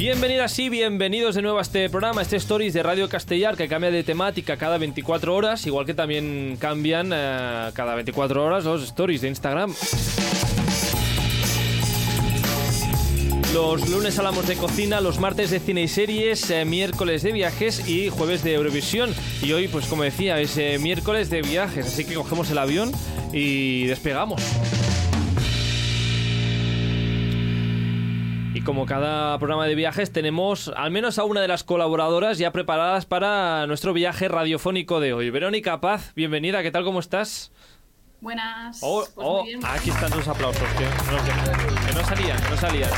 Bienvenidas y bienvenidos de nuevo a este programa, este Stories de Radio Castellar, que cambia de temática cada 24 horas, igual que también cambian cada 24 horas los Stories de Instagram. Los lunes hablamos de cocina, los martes de cine y series, miércoles de viajes y jueves de Eurovisión. Y hoy, pues como decía, es miércoles de viajes, así que cogemos el avión y despegamos. Y como cada programa de viajes, tenemos al menos a una de las colaboradoras ya preparadas para nuestro viaje radiofónico de hoy. Verónica Paz, bienvenida, ¿qué tal? ¿Cómo estás? Buenas. Muy bien. Aquí están tus aplausos, que no salían.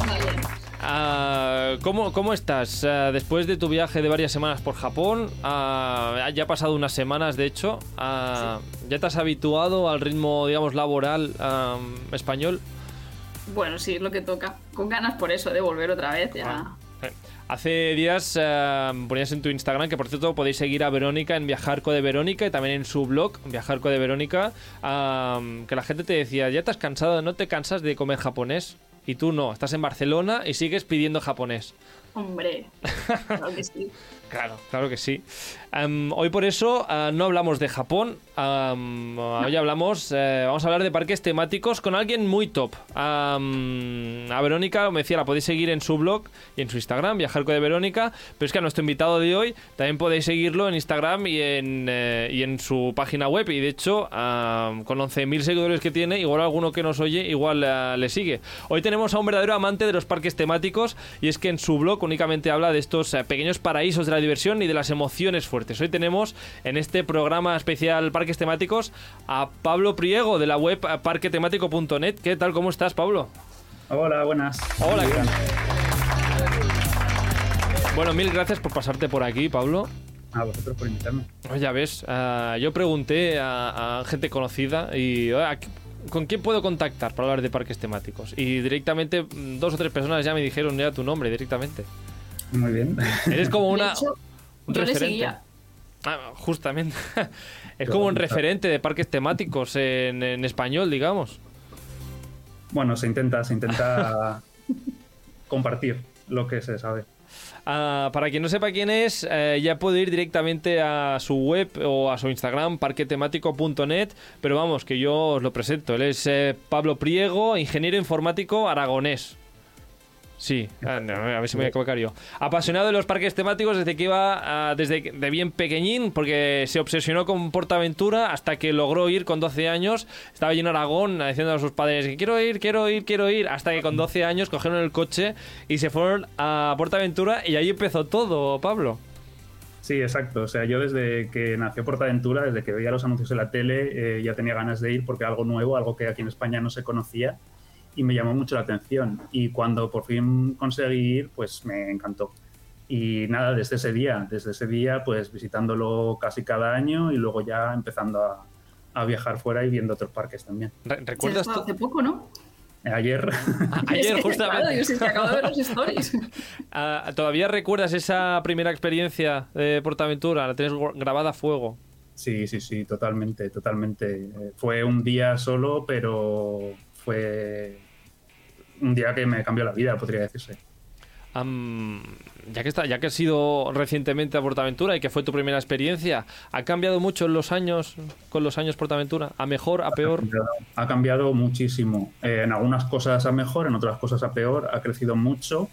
¿Cómo estás? Después de tu viaje de varias semanas por Japón, ya ha pasado unas semanas, de hecho, sí. ¿Ya te has habituado al ritmo, digamos, laboral español? Bueno, sí, es lo que toca. Con ganas por eso, de volver otra vez ya. Hace días ponías en tu Instagram, que por cierto podéis seguir a Verónica en Viajarco de Verónica y también en su blog, Viajarco de Verónica, que la gente te decía, ¿ya te has cansado? ¿No te cansas de comer japonés? Y tú no, estás en Barcelona y sigues pidiendo japonés. Hombre, claro que sí. Claro que sí. Hoy por eso no hablamos de Japón. Hoy vamos a hablar de parques temáticos con alguien muy top. A Verónica, me decía, la podéis seguir en su blog y en su Instagram, Viajarco de Verónica. Pero es que a nuestro invitado de hoy también podéis seguirlo en Instagram y en su página web. Y de hecho, con 11.000 seguidores que tiene, igual alguno que nos oye, igual le sigue. Hoy tenemos a un verdadero amante de los parques temáticos, y es que en su blog únicamente habla de estos pequeños paraísos de la diversión y de las emociones fuertes. Hoy tenemos en este programa especial Parques Temáticos a Pablo Priego, de la web parquetemático.net. ¿Qué tal? ¿Cómo estás, Pablo? Hola, buenas. Hola. Bueno, mil gracias por pasarte por aquí, Pablo. A vosotros por invitarme. Ya ves, yo pregunté a gente conocida y ¿con quién puedo contactar para hablar de parques temáticos? Y directamente 2 o 3 personas ya me dijeron ya tu nombre directamente. Muy bien. Eres como un referente. Le seguía. Justamente. Es como un referente de parques temáticos en español, digamos. Bueno, se intenta compartir lo que se sabe. Para quien no sepa quién es, ya puede ir directamente a su web o a su Instagram, parquetemático.net, pero vamos, que yo os lo presento. Él es Pablo Priego, ingeniero informático aragonés. Sí, a ver si me voy a equivocar yo. Apasionado de los parques temáticos desde que iba desde de bien pequeñín, porque se obsesionó con PortAventura hasta que logró ir con 12 años. Estaba allí en Aragón diciendo a sus padres que quiero ir, hasta que con 12 años cogieron el coche y se fueron a PortAventura, y ahí empezó todo, Pablo. Sí, exacto. O sea, yo desde que nació PortAventura, desde que veía los anuncios en la tele, ya tenía ganas de ir porque era algo nuevo, algo que aquí en España no se conocía. Y me llamó mucho la atención, y cuando por fin conseguí ir, pues me encantó. Y nada, desde ese día pues visitándolo casi cada año, y luego ya empezando a viajar fuera y viendo otros parques también. ¿Recuerdas tú? Hace poco, ¿no? Ayer. Ayer, justamente. Claro, yo sí que acabo de ver los stories. ¿Todavía recuerdas esa primera experiencia de PortAventura? ¿La tienes grabada a fuego? Sí, totalmente. Fue un día solo, pero fue un día que me cambió la vida, podría decirse. Ya que has ido recientemente a PortAventura y que fue tu primera experiencia, ¿ha cambiado mucho con los años PortAventura? ¿A mejor, a peor? Ha cambiado muchísimo. En algunas cosas a mejor, en otras cosas a peor. Ha crecido mucho,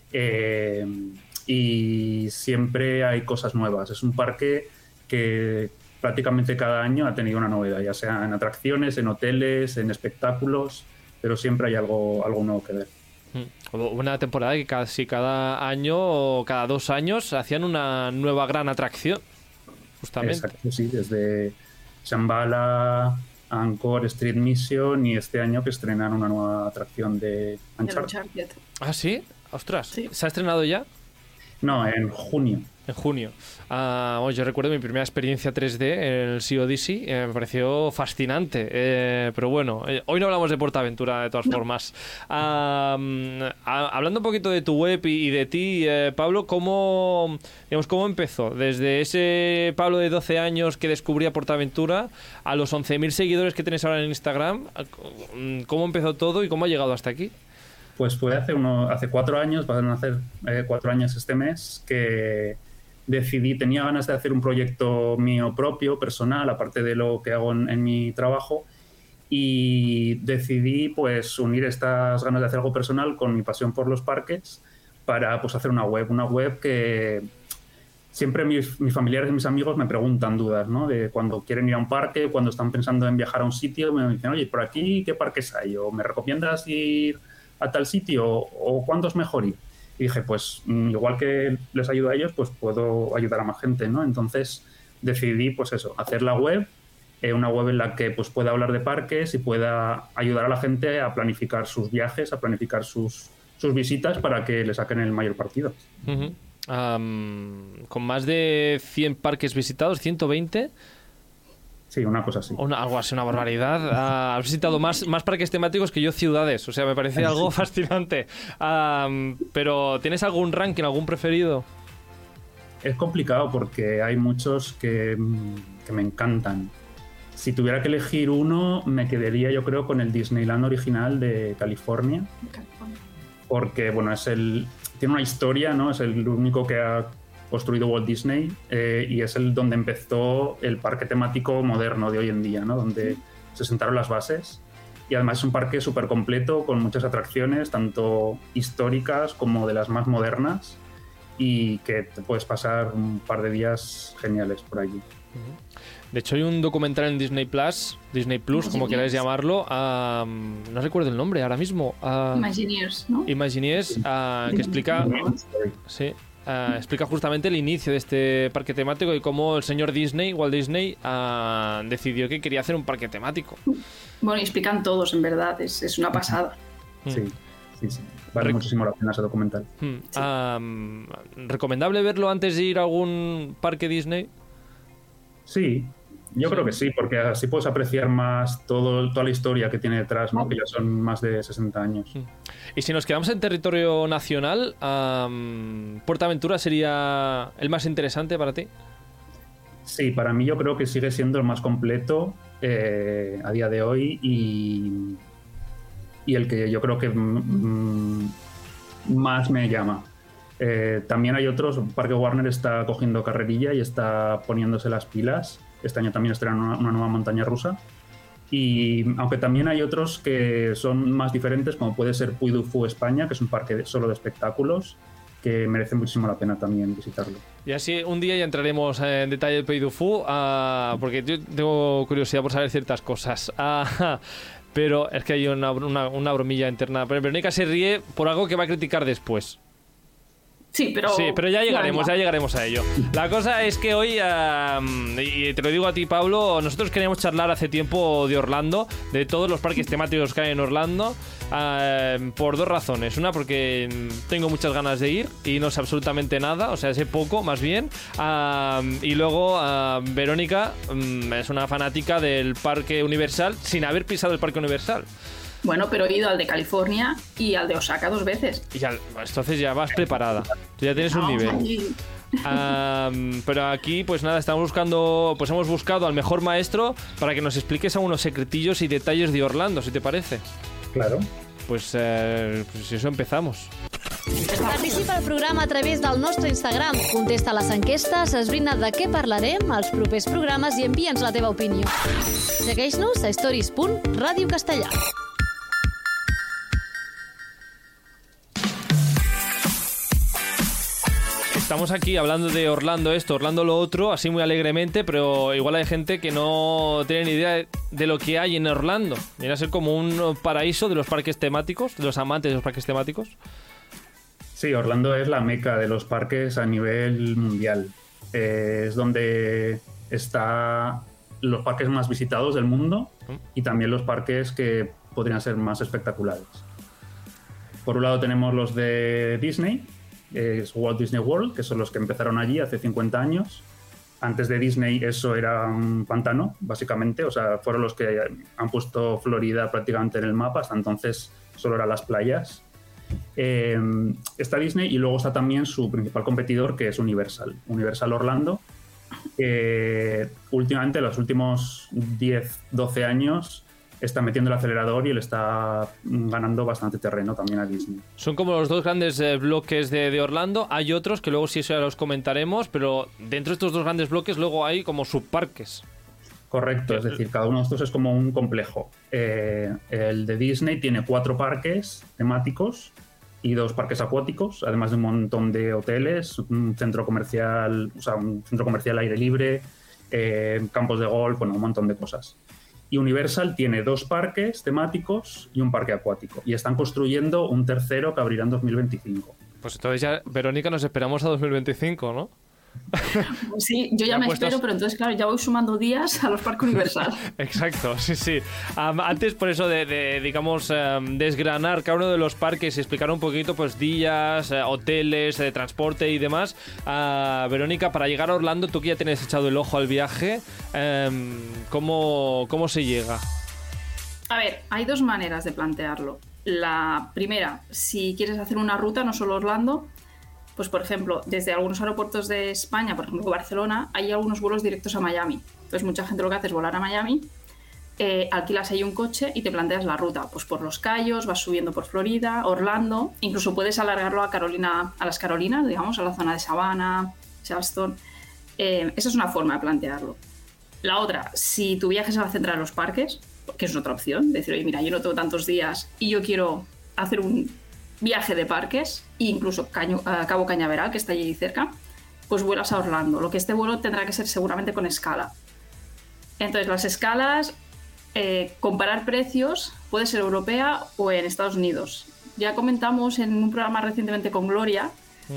y siempre hay cosas nuevas. Es un parque que prácticamente cada año ha tenido una novedad, ya sea en atracciones, en hoteles, en espectáculos, pero siempre hay algo nuevo que ver. Una temporada que casi cada año o cada 2 años hacían una nueva gran atracción, justamente. Exacto, sí, desde Shambhala, Angkor, Street Mission, y este año que estrenan una nueva atracción de Uncharted. ¿Ah, sí? ¡Ostras! Sí. ¿Se ha estrenado ya? No, en junio. En junio. Yo recuerdo mi primera experiencia 3D en el Sea Odyssey, me pareció fascinante. Pero bueno, hoy no hablamos de PortAventura de todas formas. Hablando un poquito de tu web y de ti, Pablo, ¿cómo empezó? Desde ese Pablo de 12 años que descubría PortAventura a los 11.000 seguidores que tienes ahora en Instagram, ¿cómo empezó todo y cómo ha llegado hasta aquí? Pues fue hace 4 años, van a hacer 4 años este mes, que tenía ganas de hacer un proyecto mío propio, personal, aparte de lo que hago en mi trabajo, y decidí pues unir estas ganas de hacer algo personal con mi pasión por los parques para pues hacer una web que siempre mis familiares y mis amigos me preguntan dudas, ¿no? De cuando quieren ir a un parque, cuando están pensando en viajar a un sitio, me dicen, oye, por aquí, ¿qué parques hay? O ¿me recomiendas ir a tal sitio? O ¿cuándo es mejor ir? Y dije, pues igual que les ayudo a ellos, pues puedo ayudar a más gente, ¿no? Entonces decidí, pues eso, hacer la web, una web en la que pues pueda hablar de parques y pueda ayudar a la gente a planificar sus viajes, a planificar sus visitas para que le saquen el mayor partido. Uh-huh. Con más de 100 parques visitados, 120. Sí, una cosa así. Algo así, una barbaridad. Has visitado más parques temáticos que yo ciudades. O sea, me parece algo fascinante. Pero ¿tienes algún ranking, algún preferido? Es complicado porque hay muchos que me encantan. Si tuviera que elegir uno, me quedaría yo creo con el Disneyland original de California. Porque, bueno, tiene una historia, ¿no? Es el único que ha construido Walt Disney y es donde empezó el parque temático moderno de hoy en día, ¿no? Donde se sentaron las bases. Y además es un parque súper completo con muchas atracciones, tanto históricas como de las más modernas, y que te puedes pasar un par de días geniales por allí. De hecho, hay un documental en Disney Plus, como queráis llamarlo, no recuerdo el nombre ahora mismo. Imagineers, ¿no? Imagineers, que explica... Sí. Explica justamente el inicio de este parque temático y cómo el señor Disney, Walt Disney, decidió que quería hacer un parque temático. Bueno, y explican todos, en verdad, es una pasada. Sí. Vale muchísimo la pena ese documental. ¿Recomendable verlo antes de ir a algún parque Disney? Sí, yo creo que sí, porque así puedes apreciar más toda la historia que tiene detrás, ¿no? Que ya son más de 60 años. Y si nos quedamos en territorio nacional, ¿PortAventura sería el más interesante para ti? Sí, para mí yo creo que sigue siendo el más completo a día de hoy y el que yo creo que más me llama. También hay otros, Parque Warner está cogiendo carrerilla y está poniéndose las pilas. Este año también estrenan una nueva montaña rusa. Y aunque también hay otros que son más diferentes, como puede ser Puy du Fou España, que es un parque solo de espectáculos, que merece muchísimo la pena también visitarlo. Y así un día ya entraremos en detalle de Puy du Fou, porque yo tengo curiosidad por saber ciertas cosas. Pero es que hay una bromilla interna. Pero Verónica se ríe por algo que va a criticar después. Sí, pero ya llegaremos a ello. La cosa es que hoy, y te lo digo a ti, Pablo, nosotros queríamos charlar hace tiempo de Orlando, de todos los parques temáticos que hay en Orlando, por dos razones. Una, porque tengo muchas ganas de ir y no sé absolutamente nada, o sea, sé poco, más bien. Y luego, Verónica es una fanática del Parque Universal sin haber pisado el Parque Universal. Bueno, pero he ido al de California y al de Osaka 2 veces. Y entonces ya vas preparada. Tú ya tienes un nivel. Pero aquí, pues nada, hemos buscado al mejor maestro para que nos expliques algunos secretillos y detalles de Orlando, si te parece. Claro. Pues eso empezamos. Participa al programa a través del nostre Instagram. Contesta les enquestes, esbrina de què parlarem als propers programes i envia'ns la teva opinió. Segueix-nos a stories.radiocastellà. Estamos aquí hablando de Orlando esto, Orlando lo otro, así muy alegremente, pero igual hay gente que no tiene ni idea de lo que hay en Orlando. Viene a ser como un paraíso de los parques temáticos, de los amantes de los parques temáticos. Sí, Orlando es la meca de los parques a nivel mundial. Es donde están los parques más visitados del mundo y también los parques que podrían ser más espectaculares. Por un lado tenemos los de Disney, es Walt Disney World, que son los que empezaron allí hace 50 años. Antes de Disney eso era un pantano, básicamente, o sea, fueron los que han puesto Florida prácticamente en el mapa, hasta entonces solo eran las playas. Está Disney y luego está también su principal competidor, que es Universal Orlando. Últimamente, los últimos 10-12 años, está metiendo el acelerador y le está ganando bastante terreno también a Disney. Son como los dos grandes bloques de Orlando. Hay otros que luego sí eso ya los comentaremos, pero dentro de estos dos grandes bloques luego hay como subparques. Correcto, es decir, cada uno de estos es como un complejo. El de Disney tiene 4 parques temáticos y 2 parques acuáticos, además de un montón de hoteles, un centro comercial, o sea, un centro comercial aire libre, campos de golf, bueno, un montón de cosas. Y Universal tiene 2 parques temáticos y un parque acuático. Y están construyendo un tercero que abrirá en 2025. Pues entonces ya, Verónica, nos esperamos a 2025, ¿no? Pues sí, yo ya me espero, pero entonces, claro, ya voy sumando días a los parques Universal. Exacto, sí. Antes, por eso, digamos, desgranar cada uno de los parques y explicar un poquito, pues, días, hoteles, transporte y demás. Verónica, para llegar a Orlando, tú que ya tienes echado el ojo al viaje, ¿cómo se llega? A ver, hay 2 maneras de plantearlo. La primera, si quieres hacer una ruta, no solo Orlando, pues por ejemplo, desde algunos aeropuertos de España, por ejemplo Barcelona, hay algunos vuelos directos a Miami. Entonces mucha gente lo que hace es volar a Miami, alquilas ahí un coche y te planteas la ruta. Pues por Los Cayos, vas subiendo por Florida, Orlando, incluso puedes alargarlo a las Carolinas, digamos, a la zona de Savannah, Charleston. Esa es una forma de plantearlo. La otra, si tu viaje se va a centrar en los parques, que es otra opción, decir, oye, mira, yo no tengo tantos días y yo quiero hacer un viaje de parques, incluso Cabo Cañaveral, que está allí cerca, pues vuelas a Orlando. Lo que este vuelo tendrá que ser seguramente con escala. Entonces, las escalas, comparar precios, puede ser europea o en Estados Unidos. Ya comentamos en un programa recientemente con Gloria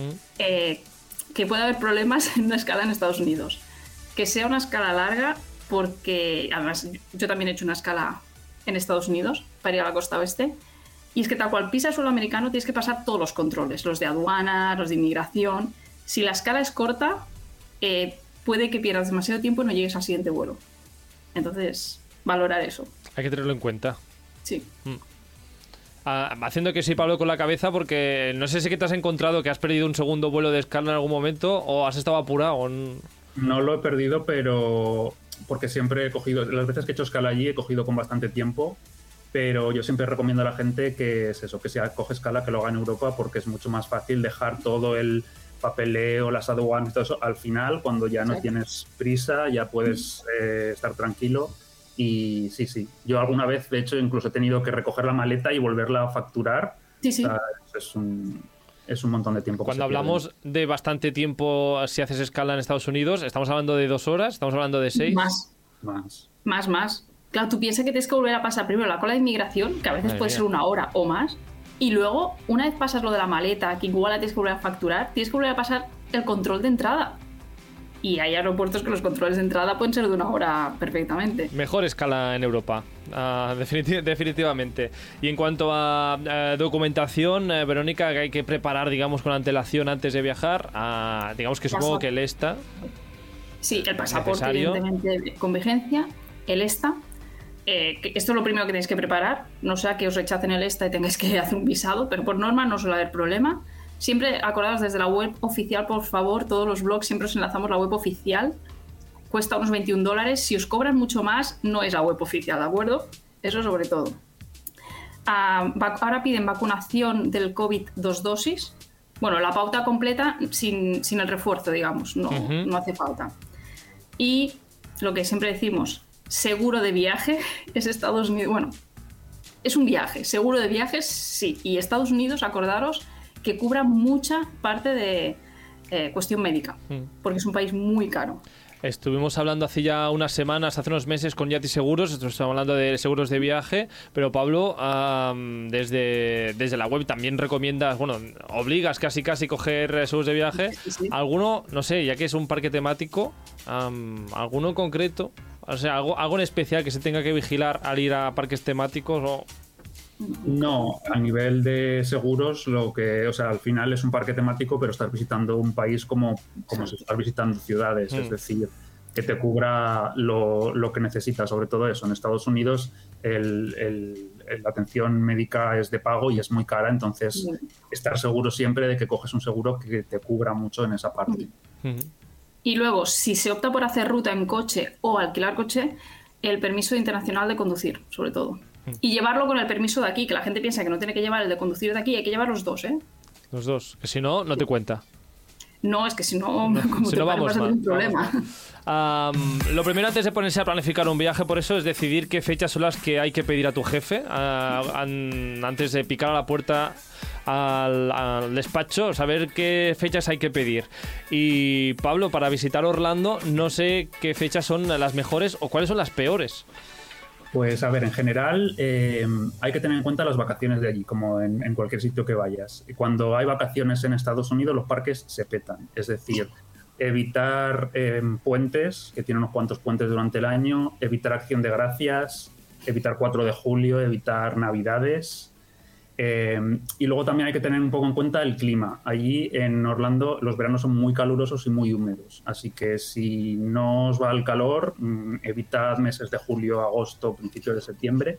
que puede haber problemas en una escala en Estados Unidos. Que sea una escala larga, porque además yo también he hecho una escala en Estados Unidos para ir a la costa oeste. Y es que tal cual pisas suelo americano tienes que pasar todos los controles, los de aduanas, los de inmigración. Si la escala es corta, puede que pierdas demasiado tiempo y no llegues al siguiente vuelo. Entonces, valorar eso. Hay que tenerlo en cuenta. Sí. Haciendo que sí, Pablo, con la cabeza, porque no sé si que te has encontrado que has perdido un segundo vuelo de escala en algún momento o has estado apurado. No lo he perdido, pero porque siempre he cogido, las veces que he hecho escala allí he cogido con bastante tiempo. Pero yo siempre recomiendo a la gente que es eso, que si coge escala, que lo haga en Europa, porque es mucho más fácil dejar todo el papeleo, las aduanas y todo eso al final, cuando ya no tienes prisa, ya puedes estar tranquilo. Y sí, yo alguna vez, de hecho, incluso he tenido que recoger la maleta y volverla a facturar. Sí. O sea, es un montón de tiempo. Cuando hablamos de bastante tiempo, si haces escala en Estados Unidos, ¿estamos hablando de 2 horas? ¿Estamos hablando de 6? Más. Claro, tú piensas que tienes que volver a pasar primero la cola de inmigración, que a veces puede ser 1 hora o más, y luego, una vez pasas lo de la maleta, que igual la tienes que volver a facturar, tienes que volver a pasar el control de entrada. Y hay aeropuertos que los controles de entrada pueden ser de 1 hora perfectamente. Mejor escala en Europa, definitivamente. Y en cuanto a documentación, Verónica, que hay que preparar, digamos, con antelación antes de viajar, digamos que supongo que el ESTA. Sí, el pasaporte, evidentemente, con vigencia, el ESTA. Esto es lo primero que tenéis que preparar, no sea que os rechacen el ESTA y tengáis que hacer un visado, pero por norma no suele haber problema. Siempre acordaos desde la web oficial, por favor, todos los blogs siempre os enlazamos la web oficial, cuesta unos $21, si os cobran mucho más no es la web oficial, ¿de acuerdo? Eso sobre todo. Ahora piden vacunación del COVID 2 dosis, bueno, la pauta completa sin el refuerzo, digamos, no hace falta. Y lo que siempre decimos, seguro de viaje es Estados Unidos. Bueno, es un viaje. Seguro de viajes, sí. Y Estados Unidos, acordaros, que cubra mucha parte de cuestión médica. Porque es un país muy caro. Estuvimos hablando hace ya unas semanas, hace unos meses con Yati Seguros, estamos hablando de seguros de viaje, pero Pablo, desde la web también recomiendas, bueno, obligas casi coger seguros de viaje. Sí. ¿Alguno, no sé, ya que es un parque temático, alguno en concreto? O sea, algo en especial que se tenga que vigilar al ir a parques temáticos o... No, a nivel de seguros, al final es un parque temático, pero estás visitando un país como si estás visitando ciudades, es decir, que te cubra lo que necesitas, sobre todo eso. En Estados Unidos la atención médica es de pago y es muy cara, entonces estar seguro siempre de que coges un seguro que te cubra mucho en esa parte. Y luego, si se opta por hacer ruta en coche o alquilar coche, el permiso internacional de conducir, sobre todo. Y llevarlo con el permiso de aquí, que la gente piensa que no tiene que llevar el de conducir de aquí, hay que llevar los dos, ¿eh? Los dos, que si no, no te cuenta. No, es que si no, como si te no pare, vamos vas a tener mal, un problema. Lo primero antes de ponerse a planificar un viaje, por eso, es decidir qué fechas son las que hay que pedir a tu jefe antes de picar a la puerta al despacho, saber qué fechas hay que pedir. Y Pablo, para visitar Orlando, no sé qué fechas son las mejores o cuáles son las peores. Pues a ver, en general hay que tener en cuenta las vacaciones de allí, como en cualquier sitio que vayas. Cuando hay vacaciones en Estados Unidos, los parques se petan. Es decir, evitar puentes, que tiene unos cuantos puentes durante el año, evitar Acción de Gracias, evitar 4 de julio, evitar Navidades. Y luego también hay que tener un poco en cuenta el clima. Allí en Orlando los veranos son muy calurosos y muy húmedos, así que si no os va el calor, evitad meses de julio, agosto, principios de septiembre.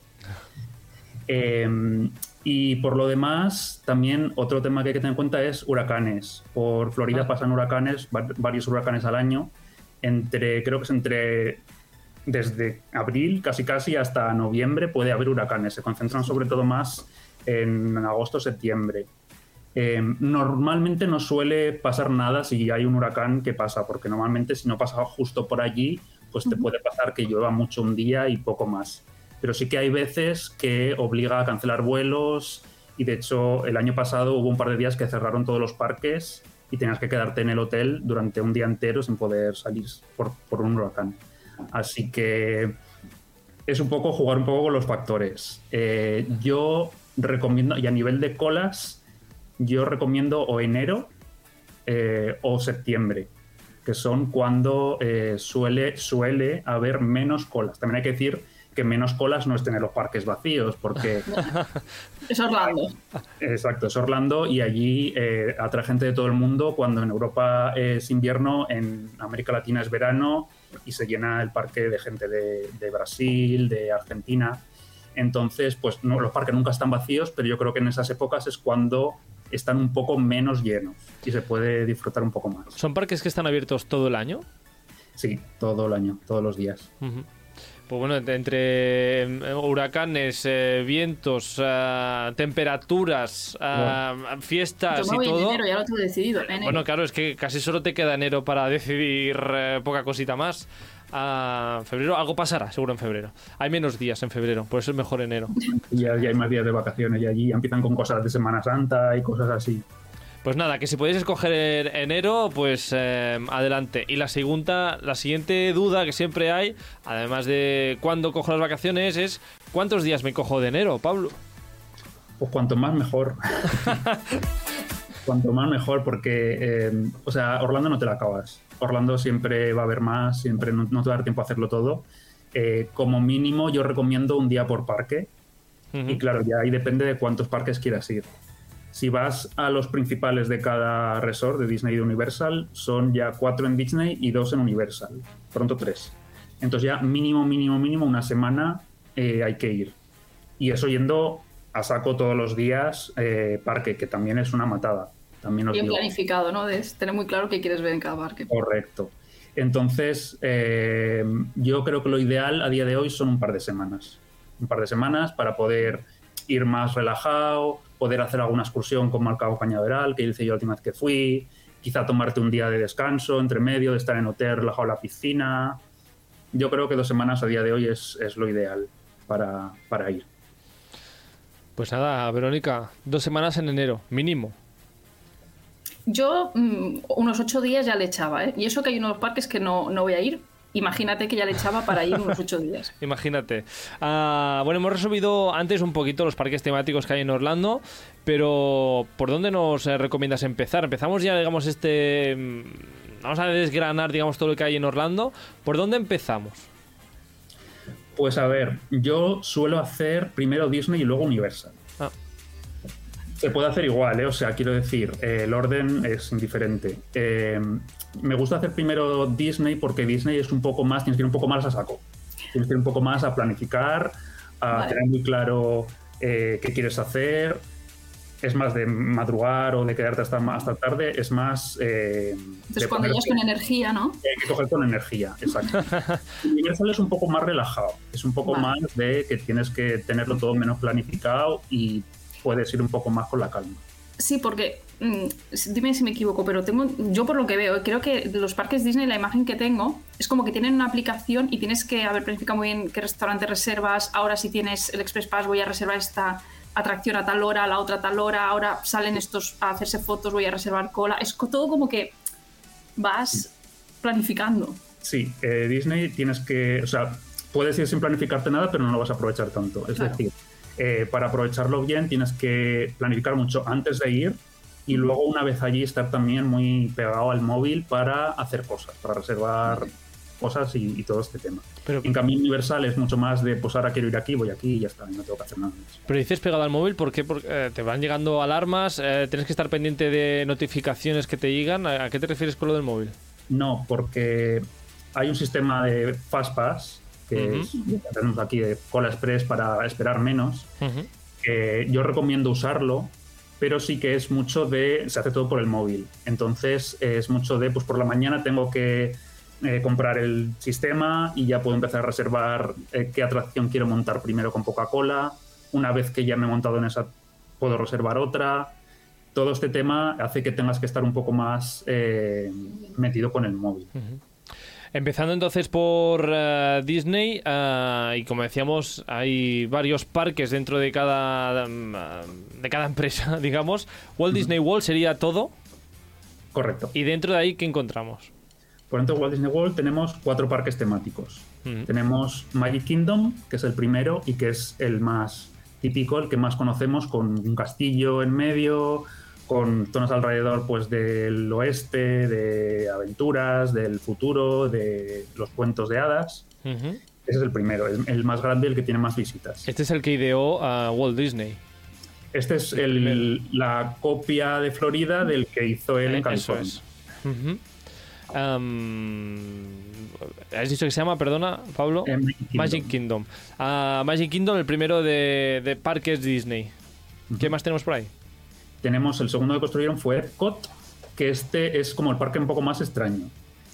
Y por lo demás, también otro tema que hay que tener en cuenta es huracanes. Por Florida pasan huracanes, varios huracanes al año, creo que es desde abril casi hasta noviembre puede haber huracanes. Se concentran sobre todo más en agosto, septiembre. Normalmente no suele pasar nada si hay un huracán que pasa, porque normalmente si no pasa justo por allí, pues te puede pasar que llueva mucho un día y poco más. Pero sí que hay veces que obliga a cancelar vuelos y de hecho el año pasado hubo un par de días que cerraron todos los parques y tenías que quedarte en el hotel durante un día entero sin poder salir por un huracán. Así que es jugar un poco con los factores. Yo recomiendo, y a nivel de colas, yo recomiendo o enero o septiembre, que son cuando suele haber menos colas. También hay que decir que menos colas no es tener los parques vacíos, porque es Orlando. Exacto, es Orlando y allí atrae gente de todo el mundo. Cuando en Europa es invierno, en América Latina es verano y se llena el parque de gente de Brasil, de Argentina. Entonces, pues no, los parques nunca están vacíos, pero yo creo que en esas épocas es cuando están un poco menos llenos y se puede disfrutar un poco más. ¿Son parques que están abiertos todo el año? Sí, todo el año, todos los días. Uh-huh. Pues bueno, entre huracanes, vientos, temperaturas, fiestas yo me voy y todo. En enero, ya lo tengo decidido. Bueno, claro, es que casi solo te queda enero para decidir poca cosita más. Febrero, algo pasará, seguro en febrero. Hay menos días en febrero, por eso es mejor enero. Ya hay más días de vacaciones y allí empiezan con cosas de Semana Santa y cosas así. Pues nada, que si podéis escoger enero, pues adelante. Y la siguiente duda que siempre hay, además de cuándo cojo las vacaciones, es ¿cuántos días me cojo de enero, Pablo? Pues cuanto más mejor. Cuanto más mejor, porque Orlando no te la acabas. Orlando siempre va a haber más, siempre no te va a dar tiempo a hacerlo todo. Como mínimo yo recomiendo un día por parque. Uh-huh. Y claro, ya ahí depende de cuántos parques quieras ir. Si vas a los principales de cada resort de Disney y de Universal, son ya 4 en Disney y 2 en Universal. Pronto 3. Entonces ya mínimo una semana hay que ir. Y eso yendo a saco todos los días, parque, que también es una matada. También bien planificado, ¿no? De tener muy claro qué quieres ver en cada parque. Correcto. Entonces, yo creo que lo ideal a día de hoy son un par de semanas. Un par de semanas para poder ir más relajado, poder hacer alguna excursión como al Cabo Cañaveral, que hice yo la última vez que fui, quizá tomarte un día de descanso entre medio, de estar en hotel relajado en la piscina. Yo creo que 2 semanas a día de hoy es lo ideal para ir. Pues nada, Verónica, 2 semanas en enero, mínimo. Yo unos 8 días ya le echaba, ¿eh? Y eso que hay unos parques que no voy a ir. Imagínate que ya le echaba para ir unos 8 días. Imagínate. Bueno, hemos resumido antes un poquito los parques temáticos que hay en Orlando, pero ¿por dónde nos recomiendas empezar? Empezamos ya, digamos, vamos a desgranar, digamos, todo lo que hay en Orlando. ¿Por dónde empezamos? Pues a ver, yo suelo hacer primero Disney y luego Universal. Se puede hacer igual, O sea, quiero decir, el orden es indiferente. Me gusta hacer primero Disney porque Disney es un poco más, tienes que ir un poco más a saco. Tienes que ir un poco más a planificar, a tener muy claro qué quieres hacer. es más de madrugar o de quedarte hasta tarde, es más... Entonces cuando ya es con energía, ¿no? Hay que coger con energía, exacto. Universal es un poco más relajado, es un poco más de que tienes que tenerlo todo menos planificado y puedes ir un poco más con la calma. Sí, porque, dime si me equivoco, pero yo por lo que veo, creo que los parques Disney, la imagen que tengo, es como que tienen una aplicación y tienes que haber planificado muy bien qué restaurante reservas. Ahora si tienes el Express Pass voy a reservar esta atracción a tal hora, la otra a tal hora, ahora salen estos a hacerse fotos, voy a reservar cola. Es todo como que vas planificando. Sí, Disney tienes que... O sea, puedes ir sin planificarte nada, pero no lo vas a aprovechar tanto. Es decir, para aprovecharlo bien tienes que planificar mucho antes de ir y luego una vez allí estar también muy pegado al móvil para hacer cosas, para reservar cosas y todo este tema. Pero, en cambio Universal es mucho más de pues ahora quiero ir aquí, voy aquí y ya está, y no tengo que hacer nada más. Pero dices pegado al móvil, ¿por qué? Porque te van llegando alarmas, tienes que estar pendiente de notificaciones que te llegan. ¿A qué te refieres con lo del móvil? No, porque hay un sistema de Fastpass que tenemos aquí de cola express para esperar menos. Yo recomiendo usarlo, pero sí que es mucho de... Se hace todo por el móvil. Entonces es mucho de, pues por la mañana tengo que comprar el sistema y ya puedo empezar a reservar qué atracción quiero montar primero con poca cola. Una vez que ya me he montado en esa, puedo reservar otra. Todo este tema hace que tengas que estar un poco más metido con el móvil. Empezando entonces por Disney, y como decíamos, hay varios parques dentro de cada empresa, digamos. Walt Disney World sería todo. Correcto. ¿Y dentro de ahí qué encontramos? Por dentro de Walt Disney World tenemos 4 parques temáticos. Tenemos Magic Kingdom, que es el primero y que es el más típico, el que más conocemos, con un castillo en medio, con zonas alrededor pues del oeste, de aventuras, del futuro, de los cuentos de hadas. Ese es el primero, el más grande, el que tiene más visitas. Este es el que ideó a Walt Disney. Este es la copia de Florida del que hizo él en California. Eso es. ¿Has dicho que se llama, perdona, Pablo? Magic Kingdom. Magic Kingdom, el primero de parques Disney. ¿Qué más tenemos por ahí? Tenemos el segundo que construyeron fue Epcot, que este es como el parque un poco más extraño.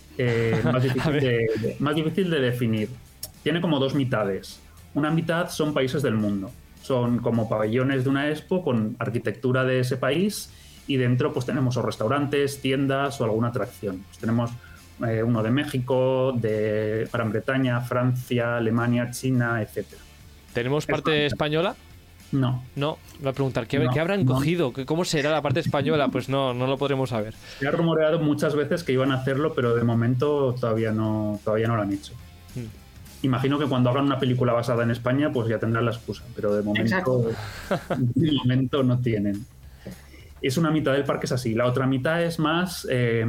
Más difícil de definir. Tiene como 2 mitades. Una mitad son países del mundo. Son como pabellones de una expo con arquitectura de ese país y dentro pues tenemos o restaurantes, tiendas o alguna atracción. Pues tenemos uno de México, de Gran Bretaña, Francia, Alemania, China, etc. ¿Tenemos parte española? No. No, voy a preguntar, ¿qué habrán cogido? ¿Cómo será la parte española? Pues no lo podremos saber. Se ha rumoreado muchas veces que iban a hacerlo, pero de momento todavía no lo han hecho. Imagino que cuando hagan una película basada en España, pues ya tendrán la excusa, pero de momento no tienen. Es una mitad del parque es así, la otra mitad es más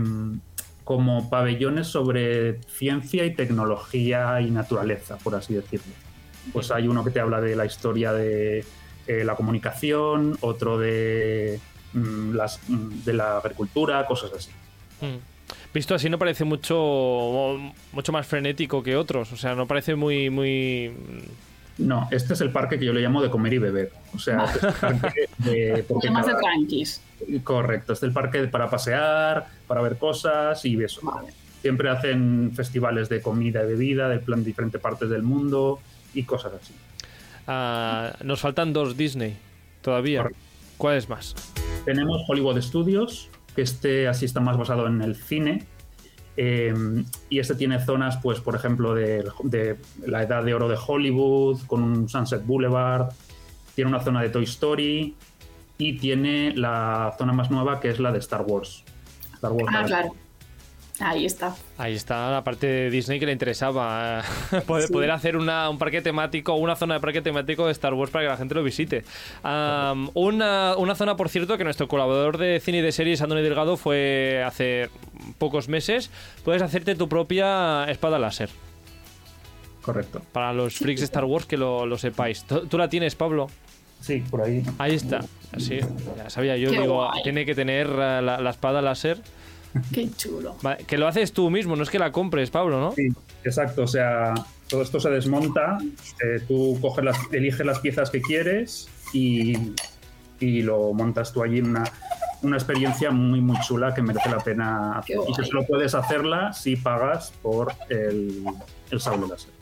como pabellones sobre ciencia y tecnología y naturaleza, por así decirlo. Pues hay uno que te habla de la historia de la comunicación, otro de la agricultura, cosas así. Visto así no parece mucho más frenético que otros, o sea, no parece muy... No, este es el parque que yo le llamo de comer y beber. O sea, este es el parque de... Más de tranquis. Correcto, este es el parque para pasear, para ver cosas y eso. Vale. Siempre hacen festivales de comida y bebida, de plan diferentes partes del mundo y cosas así. Nos faltan 2 Disney todavía. Correcto. ¿Cuáles más? Tenemos Hollywood Studios, que así está más basado en el cine. Y este tiene zonas, pues por ejemplo, de la edad de oro de Hollywood, con un Sunset Boulevard. Tiene una zona de Toy Story y tiene la zona más nueva, que es la de Star Wars. Claro. Ahí está la parte de Disney que le interesaba. Poder hacer un parque temático, una zona de parque temático de Star Wars para que la gente lo visite. Una zona, por cierto, que nuestro colaborador de cine y de series, Andoni Delgado, fue hace pocos meses. Puedes hacerte tu propia espada láser. Correcto. Para los freaks de Star Wars que lo sepáis. ¿Tú la tienes, Pablo? Sí, por ahí. Ahí está. Sí, ya sabía yo. Tiene que tener la espada láser. Qué chulo. Vale, que lo haces tú mismo, no es que la compres, Pablo, ¿no? Sí, exacto. O sea, todo esto se desmonta, tú eliges las piezas que quieres y y lo montas tú allí en una experiencia muy, muy chula que merece la pena hacer. Y que solo puedes hacerla si pagas por el sable láser.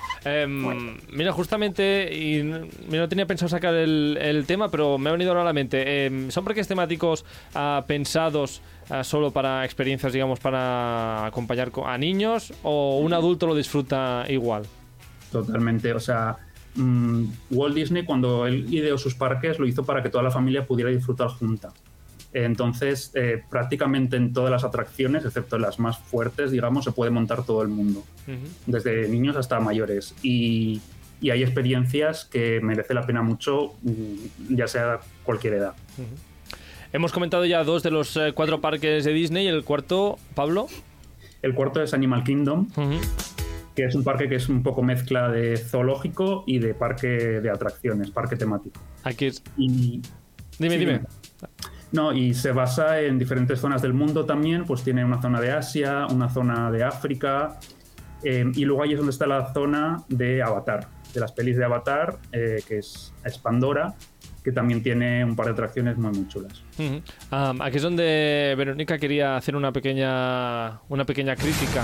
Mira, justamente, y no tenía pensado sacar el tema, pero me ha venido ahora a la mente. ¿Son parques temáticos pensados solo para experiencias, digamos, para acompañar a niños, o un adulto lo disfruta igual? Totalmente, o sea, Walt Disney, cuando él ideó sus parques, lo hizo para que toda la familia pudiera disfrutar junta. Entonces, prácticamente en todas las atracciones, excepto las más fuertes, digamos, se puede montar todo el mundo, desde niños hasta mayores. Y hay experiencias que merece la pena mucho, ya sea cualquier edad. Hemos comentado ya 2 de los 4 parques de Disney. ¿El cuarto, Pablo? El cuarto es Animal Kingdom, que es un parque que es un poco mezcla de zoológico y de parque de atracciones, parque temático. Aquí es... Dime. No, y se basa en diferentes zonas del mundo también, pues tiene una zona de Asia, una zona de África, y luego ahí es donde está la zona de Avatar, de las pelis de Avatar, que es Pandora, que también tiene un par de atracciones muy, muy chulas. Aquí es donde Verónica quería hacer una pequeña crítica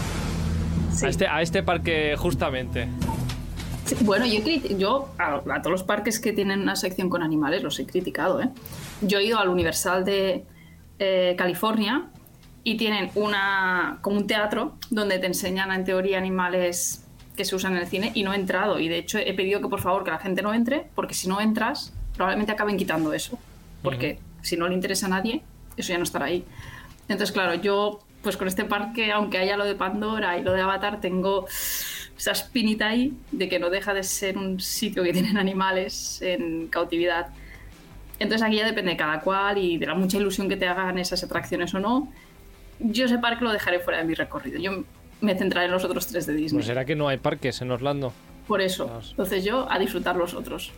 a este parque, justamente. Sí, bueno, yo a todos los parques que tienen una sección con animales los he criticado, ¿eh? Yo he ido al Universal de California y tienen como un teatro donde te enseñan en teoría animales que se usan en el cine, y no he entrado, y de hecho he pedido que por favor que la gente no entre, porque si no entras probablemente acaben quitando eso, porque si no le interesa a nadie, eso ya no estará ahí. Entonces claro, yo pues con este parque, aunque haya lo de Pandora y lo de Avatar, tengo esa espinita ahí de que no deja de ser un sitio que tienen animales en cautividad. Entonces aquí ya depende de cada cual y de la mucha ilusión que te hagan esas atracciones o no. Yo ese parque lo dejaré fuera de mi recorrido. Yo me centraré en los otros 3 de Disney. ¿No será que no hay parques en Orlando? Por eso. Entonces yo a disfrutar los otros.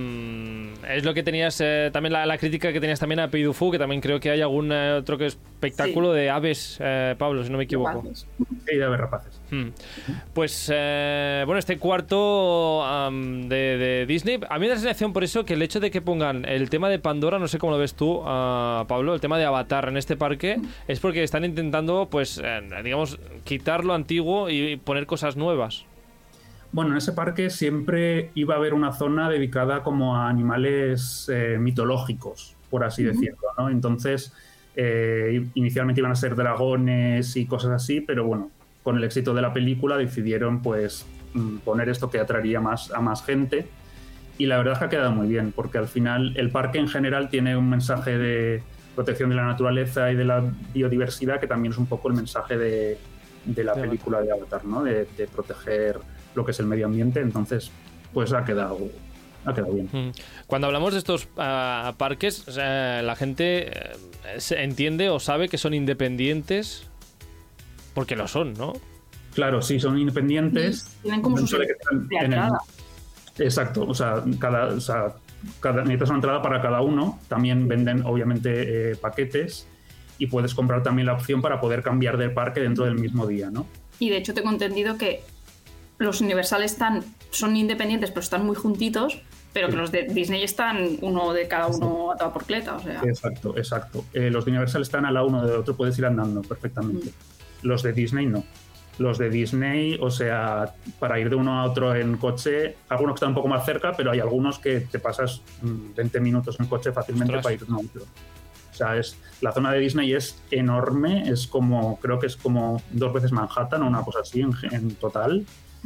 Es lo que tenías también, la crítica que tenías también a Puy du Fou, que también creo que hay algún otro espectáculo de aves, Pablo, si no me equivoco. Sí, de aves rapaces. Pues bueno, este cuarto de Disney, a mí me da la sensación por eso que el hecho de que pongan el tema de Pandora, no sé cómo lo ves tú, Pablo, el tema de Avatar en este parque, es porque están intentando, pues, digamos, quitar lo antiguo y poner cosas nuevas. Bueno, en ese parque siempre iba a haber una zona dedicada como a animales mitológicos, por así decirlo, ¿no? Entonces, inicialmente iban a ser dragones y cosas así, pero bueno, con el éxito de la película decidieron pues poner esto que atraería a más gente, y la verdad es que ha quedado muy bien, porque al final el parque en general tiene un mensaje de protección de la naturaleza y de la biodiversidad, que también es un poco el mensaje de la película de Avatar, ¿no? De proteger lo que es el medio ambiente. Entonces pues ha quedado bien. Cuando hablamos de estos parques, la gente entiende o sabe que son independientes, porque lo son, ¿no? Claro, sí, son independientes. Tienen como su entrada. Exacto, o sea, necesitas una entrada para cada uno. También venden obviamente paquetes, y puedes comprar también la opción para poder cambiar de parque dentro del mismo día, ¿no? Y de hecho tengo entendido que los Universal son independientes, pero están muy juntitos, pero que los de Disney están uno de cada uno a toda porcleta, o sea. Exacto. Los de Universal están a la uno de otro, puedes ir andando perfectamente. Los de Disney no. Los de Disney, o sea, para ir de uno a otro en coche, algunos que están un poco más cerca, pero hay algunos que te pasas 20 minutos en coche fácilmente. Ostras. Para ir de uno a otro. O sea, la zona de Disney es enorme, creo que es como 2 veces Manhattan o una cosa así en total.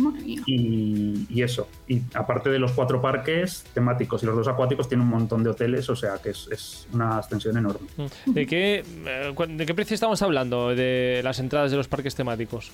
Y eso. Y aparte de los 4 parques temáticos y los 2 acuáticos, tiene un montón de hoteles, o sea que es una extensión enorme. ¿De qué precio estamos hablando de las entradas de los parques temáticos?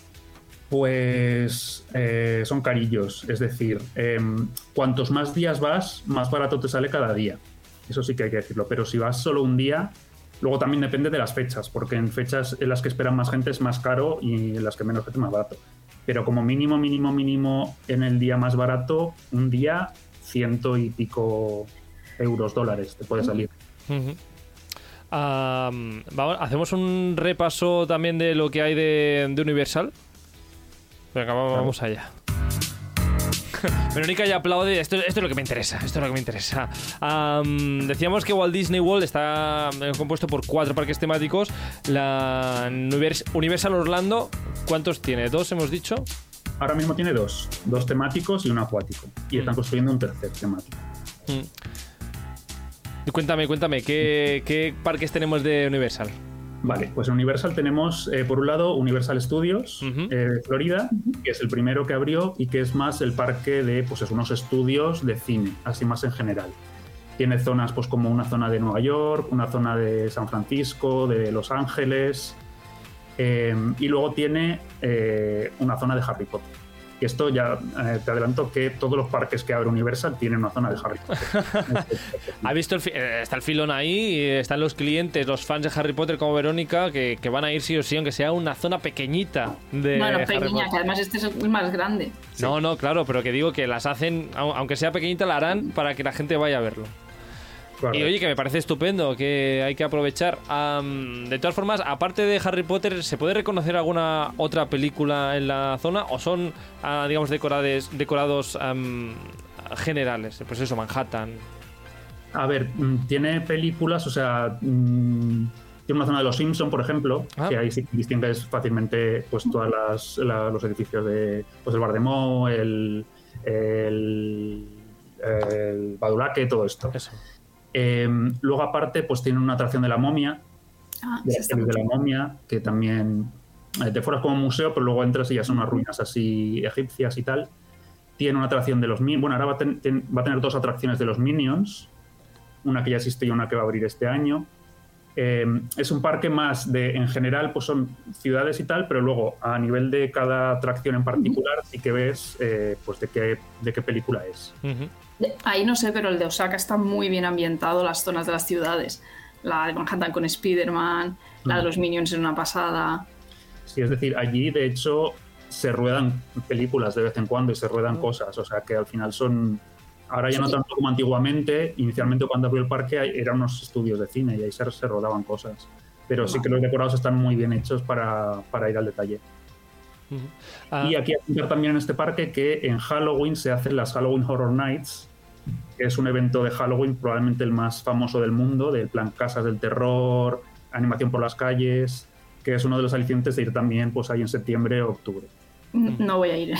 Pues son carillos, es decir, cuantos más días vas, más barato te sale cada día. Eso sí que hay que decirlo, pero si vas solo un día, luego también depende de las fechas, porque en fechas en las que esperan más gente es más caro y en las que menos gente es más barato. Pero como mínimo en el día más barato, un día 100 y pico $, te puede salir. Hacemos un repaso también de lo que hay de Universal. Venga, vamos allá. Verónica ya aplaude. Esto es lo que me interesa. Decíamos que Walt Disney World está compuesto por 4 parques temáticos. La Universal Orlando, ¿cuántos tiene? ¿2 hemos dicho? Ahora mismo tiene 2 temáticos y un acuático. Y están construyendo un tercer temático. Cuéntame, ¿qué parques tenemos de Universal? Vale, pues en Universal tenemos, por un lado, Universal Studios, Florida, que es el primero que abrió y que es más el parque de pues, unos estudios de cine, así más en general. Tiene zonas pues, como una zona de Nueva York, una zona de San Francisco, de Los Ángeles, y luego tiene una zona de Harry Potter. Y esto ya te adelanto que todos los parques que abre Universal tienen una zona de Harry Potter. ¿Ha visto está el filón ahí? Y están los clientes, los fans de Harry Potter como Verónica, que van a ir sí o sí, aunque sea una zona pequeñita de Harry pequeña, Potter. que además este es el más grande. No, claro, pero que digo que las hacen, aunque sea pequeñita, la harán para que la gente vaya a verlo. Claro. Y oye, que me parece estupendo, que hay que aprovechar. De todas formas, aparte de Harry Potter, ¿se puede reconocer alguna otra película en la zona? ¿O son, digamos, decorados generales? Pues eso, Manhattan. A ver, tiene películas, o sea, tiene una zona de Los Simpson, por ejemplo, que ahí sí distingues fácilmente pues todos los edificios de pues el Bardemó, el Badulaque, todo esto. Eso. Luego aparte pues tiene una atracción de la momia, de la momia, que también te fueras como museo, pero luego entras y ya son unas ruinas así egipcias y tal. Tiene una atracción de los Minions. Bueno, ahora va a tener 2 atracciones de los Minions, una que ya existe y una que va a abrir este año. Es un parque más en general pues son ciudades y tal, pero luego a nivel de cada atracción en particular sí que ves pues de qué película es. Ahí no sé, pero el de Osaka está muy bien ambientado, las zonas de las ciudades. La de Manhattan con Spider-Man, la de los Minions en una pasada. Sí, es decir, allí de hecho se ruedan películas de vez en cuando y se ruedan cosas, o sea que al final son... Ahora ya no tanto como antiguamente. Inicialmente cuando abrió el parque eran unos estudios de cine y ahí se rodaban cosas. Pero sí que los decorados están muy bien hechos para ir al detalle. Y aquí apuntar también en este parque que en Halloween se hacen las Halloween Horror Nights, que es un evento de Halloween probablemente el más famoso del mundo, del plan casas del terror, animación por las calles, que es uno de los alicientes de ir también pues ahí en septiembre o octubre. No voy a ir.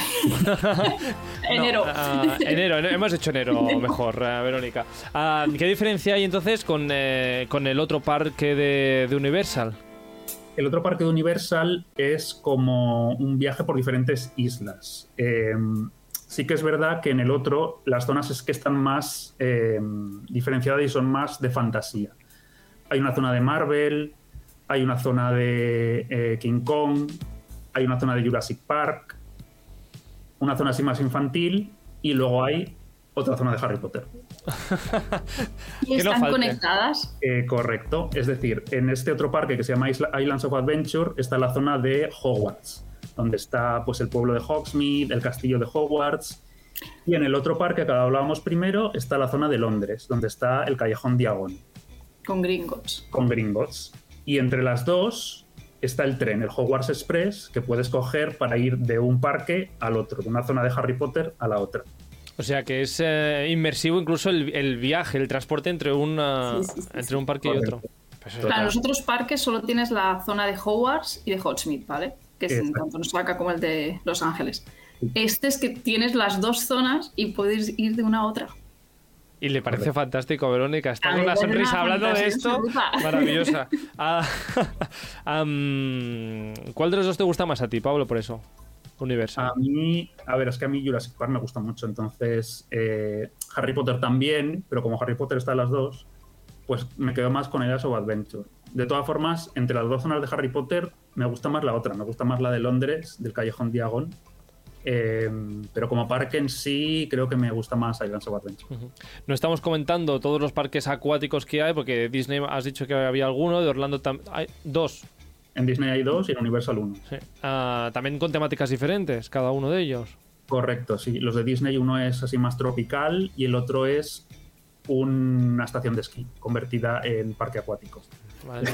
Enero. Enero, hemos hecho enero mejor, Verónica. ¿Qué diferencia hay entonces con el otro parque de Universal? El otro parque de Universal es como un viaje por diferentes islas. Sí que es verdad que en el otro las zonas es que están más diferenciadas y son más de fantasía. Hay una zona de Marvel, hay una zona de King Kong, hay una zona de Jurassic Park, una zona así más infantil y luego hay otra zona de Harry Potter. ¿Y están conectadas? Correcto. Es decir, en este otro parque que se llama Islands of Adventure está la zona de Hogwarts, donde está pues el pueblo de Hogsmeade, el castillo de Hogwarts. Y en el otro parque que hablábamos primero está la zona de Londres, donde está el callejón Diagon. Con Gringotts. Con Gringotts. Y entre las dos está el tren, el Hogwarts Express, que puedes coger para ir de un parque al otro, de una zona de Harry Potter a la otra. O sea que es inmersivo incluso el viaje, el transporte entre un parque y otro. Pues claro, en los otros parques solo tienes la zona de Hogwarts y de Hogsmeade, ¿vale? Que es tanto en Osaka como el de Los Ángeles. Este es que tienes las 2 zonas y puedes ir de una a otra. Y le parece fantástico, Verónica. Está con la sonrisa hablando de esto. Maravillosa. ¿Cuál de los dos te gusta más a ti, Pablo, por eso? Universal. A mí Jurassic Park me gusta mucho. Entonces, Harry Potter también, pero como Harry Potter está en las dos, pues me quedo más con Islands of Adventure. De todas formas, entre las 2 zonas de Harry Potter, me gusta más la otra. Me gusta más la de Londres, del callejón Diagon. Pero como parque en sí creo que me gusta más Islands of Adventure. No estamos comentando todos los parques acuáticos que hay, porque Disney has dicho que había alguno, de Orlando hay 2. En Disney hay 2 y en Universal 1. Sí. También con temáticas diferentes, cada uno de ellos. Correcto, sí. Los de Disney, uno es así más tropical y el otro es una estación de esquí convertida en parque acuático.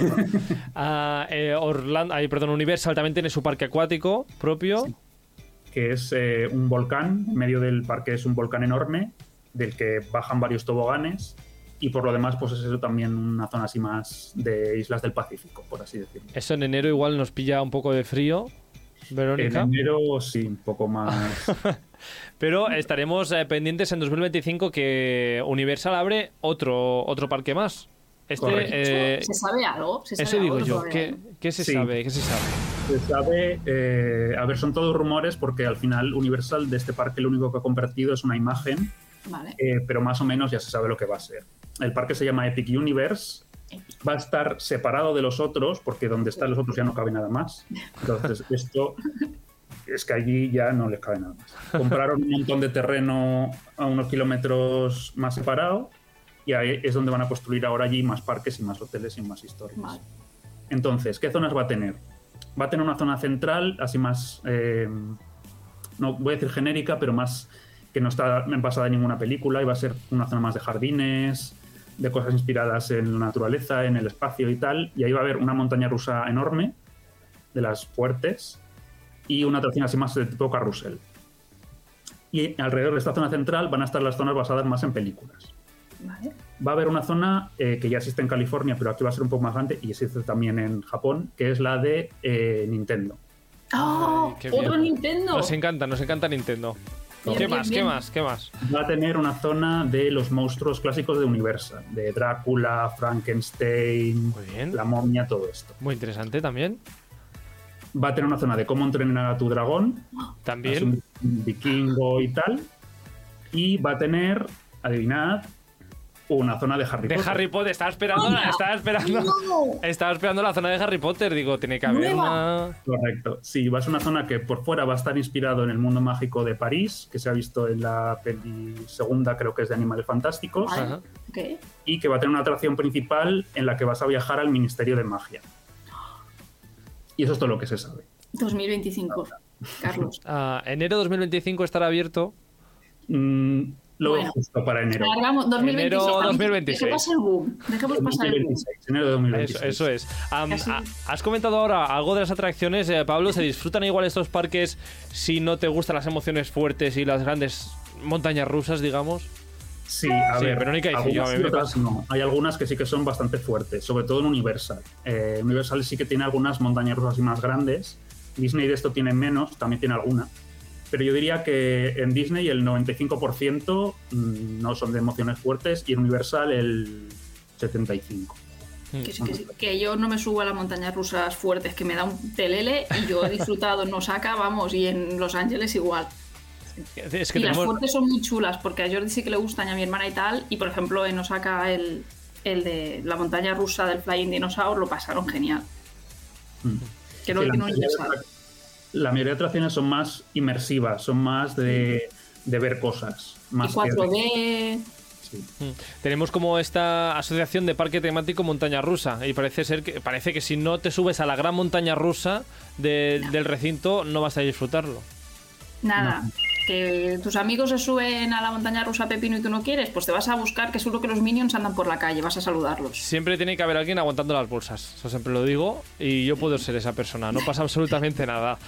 Vale. Universal también tiene su parque acuático propio. Sí. que es un volcán. En medio del parque es un volcán enorme del que bajan varios toboganes, y por lo demás pues es eso también una zona así más de islas del Pacífico, por así decirlo. Eso en enero igual nos pilla un poco de frío, Verónica. En enero sí, un poco más. Pero estaremos pendientes en 2025 que Universal abre otro parque más. ¿Se sabe algo? Eso digo yo. ¿Qué se sabe? ¿Qué se sabe? Se sabe, a ver, son todos rumores porque al final Universal de este parque lo único que ha compartido es una imagen, vale. Pero más o menos ya se sabe lo que va a ser. El parque se llama Epic Universe, va a estar separado de los otros porque donde están los otros ya no cabe nada más. Entonces esto es que allí ya no les cabe nada más. Compraron un montón de terreno a unos kilómetros más separado y ahí es donde van a construir ahora allí más parques y más hoteles y más historias. Vale. Entonces, ¿qué zonas va a tener? Va a tener una zona central, así más, no voy a decir genérica, pero más que no está basada en ninguna película, y va a ser una zona más de jardines, de cosas inspiradas en la naturaleza, en el espacio y tal, y ahí va a haber una montaña rusa enorme, de las fuertes, y una atracción así más de tipo carrusel. Y alrededor de esta zona central van a estar las zonas basadas más en películas. Vale. Va a haber una zona que ya existe en California, pero aquí va a ser un poco más grande, y existe también en Japón, que es la de Nintendo. ¡Oh! Ay, qué ¡Otro bien. Nintendo! Nos encanta Nintendo. Bien, ¿Qué bien, más? bien. ¿Qué más? ¿Qué más? Va a tener una zona de los monstruos clásicos de Universal, de Drácula, Frankenstein, Muy bien. la momia, todo esto. Muy interesante también. Va a tener una zona de cómo entrenar a tu dragón, es También. un vikingo y tal. Y va a tener, adivinad, una zona de Harry De Potter. Harry Potter. Estaba esperando la zona de Harry Potter. Digo, tiene que haber Nueva. una... Correcto. Sí, va a ser una zona que por fuera va a estar inspirado en el mundo mágico de París, que se ha visto en la peli segunda, creo que es de Animales Fantásticos, Vale. Ajá. Ok. y que va a tener una atracción principal en la que vas a viajar al Ministerio de Magia. Y eso es todo lo que se sabe. 2025, Carlos. Enero 2025 estará abierto. Lo veo Bueno. justo para enero. Alargamos 2026. Enero 2026. Deje pasar el boom. Dejemos pasar el boom. 2026, enero de 2026. Eso es. Casi. Has comentado ahora algo de las atracciones, Pablo. ¿Se disfrutan igual estos parques si no te gustan las emociones fuertes y las grandes montañas rusas, digamos? Sí, a Sí, ver, Verónica dice, yo, a algunas mí y me otras pasa. no. Hay algunas que sí que son bastante fuertes, sobre todo en Universal. Universal sí que tiene algunas montañas rusas así más grandes. Disney de esto tiene menos, también tiene alguna. Pero yo diría que en Disney el 95% no son de emociones fuertes y en Universal el 75%. Que sí, que sí. Que yo no me subo a las montañas rusas fuertes, que me da un telele, y yo he disfrutado en Osaka, vamos, y en Los Ángeles igual. Es que Y las tenemos... fuertes son muy chulas, porque a Jordi sí que le gustan y a mi hermana y tal, y por ejemplo en Osaka el de la montaña rusa del Flying Dinosaur lo pasaron genial. Que no Sí, tiene Universal. la mayoría de atracciones son más inmersivas, son más de ver cosas. Y Más 4D... Sí. Tenemos como esta asociación de parque temático montaña rusa y parece que si no te subes a la gran montaña rusa del recinto no vas a disfrutarlo. Nada. Que tus amigos se suben a la montaña rusa Pepino y tú no quieres, pues te vas a buscar, que seguro que los Minions andan por la calle, vas a saludarlos. Siempre tiene que haber alguien aguantando las bolsas. Eso siempre lo digo y yo puedo ser esa persona. No pasa absolutamente nada.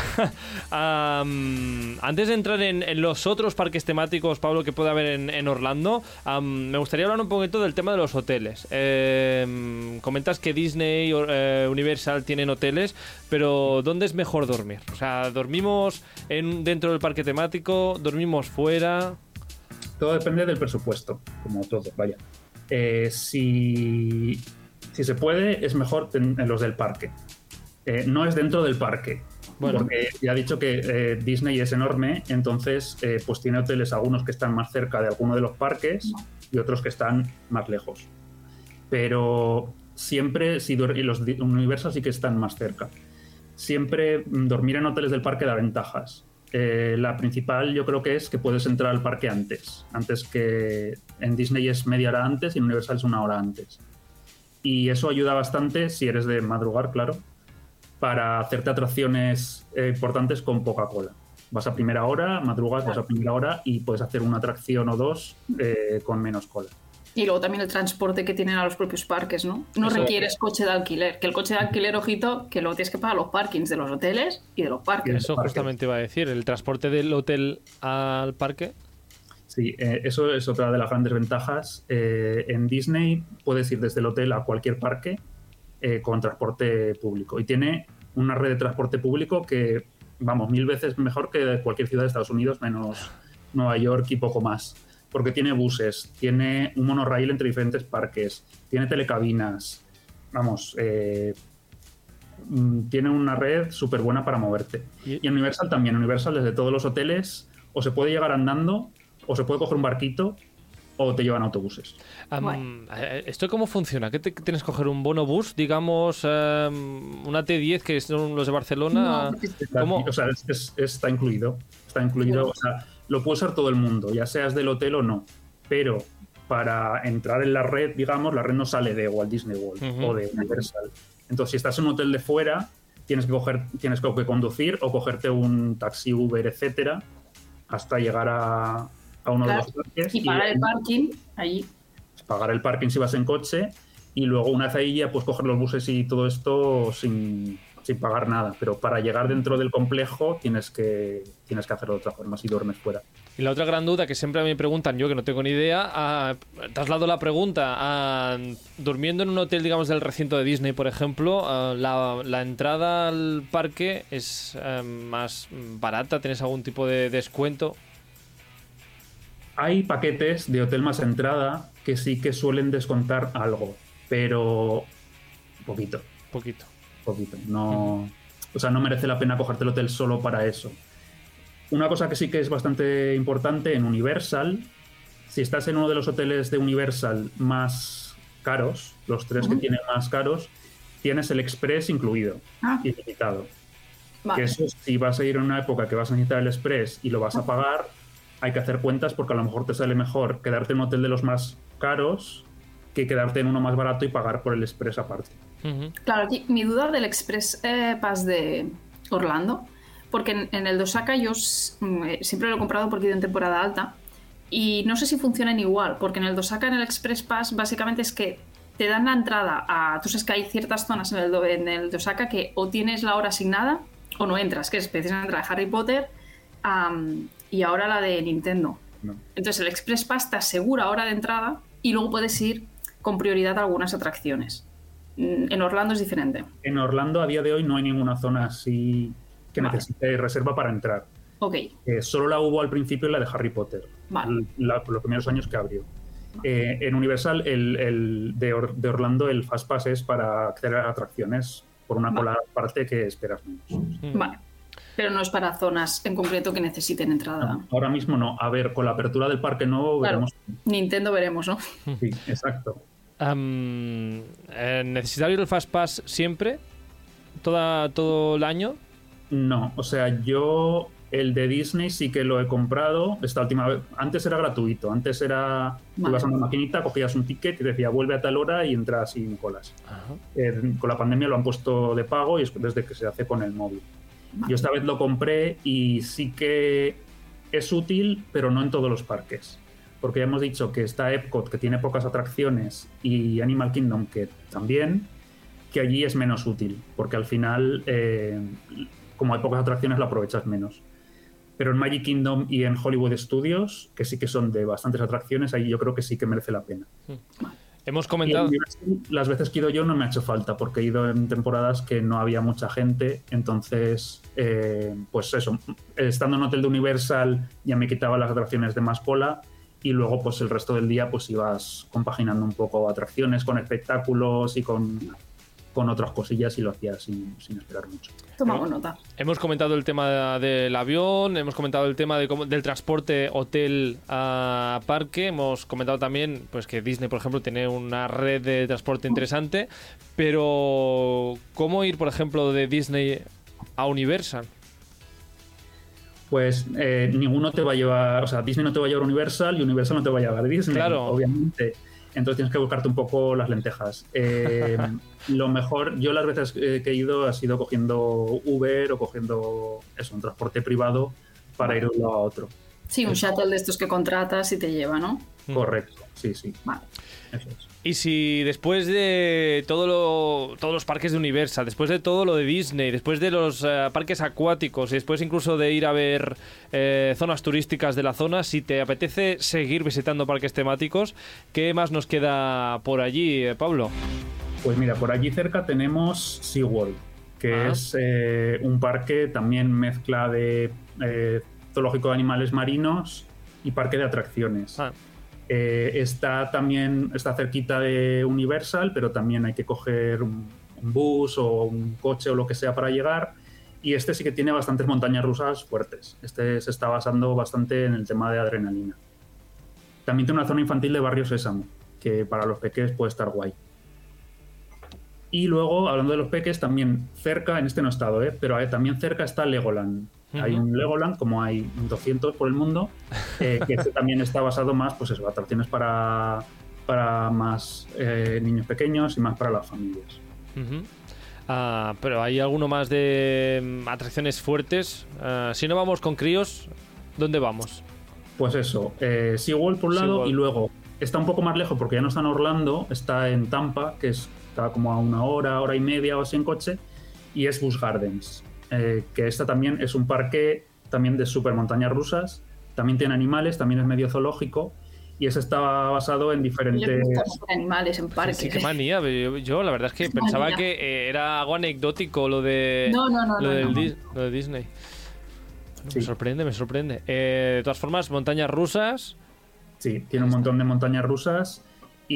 Antes de entrar en los otros parques temáticos, Pablo, que puede haber en Orlando, me gustaría hablar un poquito del tema de los hoteles. Comentas que Disney, Universal tienen hoteles, pero ¿dónde es mejor dormir? O sea, ¿dormimos dentro del parque temático? ¿Dormimos fuera? Todo depende del presupuesto, como todo, vaya. Si se puede, es mejor en los del parque. No es dentro del parque. Bueno. Porque ya he dicho que Disney es enorme, entonces pues tiene hoteles, algunos que están más cerca de alguno de los parques y otros que están más lejos. Pero siempre, y los Universal sí que están más cerca. Siempre dormir en hoteles del parque da ventajas. La principal yo creo que es que puedes entrar al parque antes que en Disney es media hora antes y en Universal es una hora antes. Y eso ayuda bastante, si eres de madrugar, claro, para hacerte atracciones importantes con poca cola. Vas a primera hora, madrugas, vas a primera hora y puedes hacer una atracción o dos con menos cola. Y luego también el transporte que tienen a los propios parques, ¿no? No Eso, requieres coche de alquiler. Que el coche de alquiler, ojito, que luego tienes que pagar los parkings de los hoteles y de los parques. Eso justamente iba a decir, el transporte del hotel al parque. Sí, eso es otra de las grandes ventajas. En Disney puedes ir desde el hotel a cualquier parque con transporte público. Y tiene una red de transporte público que, vamos, 1000 veces mejor que cualquier ciudad de Estados Unidos, menos Nueva York y poco más. Porque tiene buses, tiene un monorail entre diferentes parques, tiene telecabinas, vamos, tiene una red súper buena para moverte. Y en Universal también, Universal desde todos los hoteles o se puede llegar andando o se puede coger un barquito o te llevan autobuses. ¿Esto cómo funciona? ¿Qué tienes que coger un bono bus, digamos, una T10 que son los de Barcelona? No, ¿Cómo? o sea, está incluido. Está incluido, o sea, lo puede usar todo el mundo, ya seas del hotel o no. Pero para entrar en la red, digamos, la red no sale de Walt Disney World o de Universal. Entonces, si estás en un hotel de fuera, tienes que conducir o cogerte un taxi, Uber, etcétera, hasta llegar a uno de los parques. Y pagar el parking allí. Pagar el parking si vas en coche y luego una vez ahí ya puedes coger los buses y todo esto sin pagar nada. Pero para llegar dentro del complejo tienes que hacerlo de otra forma si duermes fuera. Y la otra gran duda que siempre me preguntan, yo que no tengo ni idea, traslado la pregunta, durmiendo en un hotel, digamos, del recinto de Disney, por ejemplo, la entrada al parque es más barata, ¿tienes algún tipo de descuento? Hay paquetes de hotel más entrada que sí que suelen descontar algo, pero poquito. No, o sea, no merece la pena cogerte el hotel solo para eso. Una cosa que sí que es bastante importante en Universal, si estás en uno de los hoteles de Universal más caros, los 3 que tienen más caros, tienes el Express incluido, ilimitado. Vale. Que eso, si vas a ir en una época que vas a necesitar el Express y lo vas a pagar, hay que hacer cuentas porque a lo mejor te sale mejor quedarte en un hotel de los más caros que quedarte en uno más barato y pagar por el Express aparte. Claro, aquí mi duda del Express Pass de Orlando, porque en el de Osaka yo siempre lo he comprado porque he ido en temporada alta y no sé si funcionan igual, porque en el de Osaka, en el Express Pass, básicamente es que te dan la entrada a... Tú sabes que hay ciertas zonas en el de Osaka que o tienes la hora asignada o no entras, que es precisamente la de Harry Potter y ahora la de Nintendo. No. Entonces el Express Pass te asegura hora de entrada y luego puedes ir con prioridad a algunas atracciones. En Orlando es diferente. En Orlando a día de hoy no hay ninguna zona así que necesite reserva para entrar. Ok. Solo la hubo al principio la de Harry Potter, Vale. los primeros años que abrió. En Universal, el de Orlando, el Fast Pass es para acceder a atracciones por una cola aparte que esperas menos. Vale. Pero no es para zonas en concreto que necesiten entrada. No, ahora mismo no. A ver, con la apertura del parque nuevo Claro. veremos. Nintendo veremos, ¿no? Sí, exacto. ¿Necesario el Fast Pass siempre? ¿Todo el año? No, o sea, yo el de Disney sí que lo he comprado esta última vez. Antes era gratuito, antes era... Ibas a una maquinita, cogías un ticket y decía vuelve a tal hora y entras sin colas. Con la pandemia lo han puesto de pago y es desde que se hace con el móvil. Yo esta vez lo compré y sí que es útil, pero no en todos los parques. Porque ya hemos dicho que está Epcot, que tiene pocas atracciones, y Animal Kingdom, que también, que allí es menos útil, porque al final, como hay pocas atracciones, lo aprovechas menos. Pero en Magic Kingdom y en Hollywood Studios, que sí que son de bastantes atracciones, ahí yo creo que sí que merece la pena. Hemos comentado... Las veces que he ido yo no me ha hecho falta, porque he ido en temporadas que no había mucha gente, entonces, pues eso, estando en hotel de Universal ya me quitaba las atracciones de más cola y luego pues el resto del día pues ibas compaginando un poco atracciones con espectáculos y con otras cosillas y lo hacías sin esperar mucho. Tomamos nota. Hemos comentado el tema del avión, hemos comentado el tema del transporte hotel a parque, hemos comentado también pues que Disney, por ejemplo, tiene una red de transporte interesante, pero ¿cómo ir, por ejemplo, de Disney a Universal? Pues ninguno te va a llevar, o sea, Disney no te va a llevar a Universal y Universal no te va a llevar a Disney, claro. Obviamente. Entonces tienes que buscarte un poco las lentejas. Lo mejor, yo las veces que he ido ha sido cogiendo Uber o cogiendo un transporte privado para ir de un lado a otro. Sí, un shuttle de estos que contratas y te lleva, ¿no? Correcto, sí. Vale. Eso es. Y si después de todos los parques de Universal, después de todo lo de Disney, después de los parques acuáticos y después incluso de ir a ver zonas turísticas de la zona, si te apetece seguir visitando parques temáticos, ¿qué más nos queda por allí, Pablo? Pues mira, por allí cerca tenemos SeaWorld, que es un parque también mezcla de zoológico de animales marinos y parque de atracciones. Está cerquita de Universal, pero también hay que coger un bus o un coche o lo que sea para llegar. Y este sí que tiene bastantes montañas rusas fuertes. Este se está basando bastante en el tema de adrenalina. También tiene una zona infantil de Barrio Sésamo, que para los peques puede estar guay. Y luego, hablando de los peques, también cerca, en este no he estado, pero también cerca está Legoland. Hay un Legoland, como hay 200 por el mundo, que este también está basado más, pues eso, atracciones para más niños pequeños y más para las familias. Pero ¿hay alguno más de atracciones fuertes? Si no vamos con críos, ¿dónde vamos? Pues eso, SeaWorld por un lado, SeaWorld. Y luego está un poco más lejos porque ya no está en Orlando, está en Tampa, que está como a una hora y media o así en coche, y es Busch Gardens. Que esta también es un parque también de super montañas rusas, también tiene animales, también es medio zoológico y ese está basado en diferentes animales en parques. Sí, qué manía. Yo la verdad es que pensaba que era algo anecdótico lo de lo de Disney. Bueno, sí. Me sorprende. De todas formas, montañas rusas. Sí, tiene un montón de montañas rusas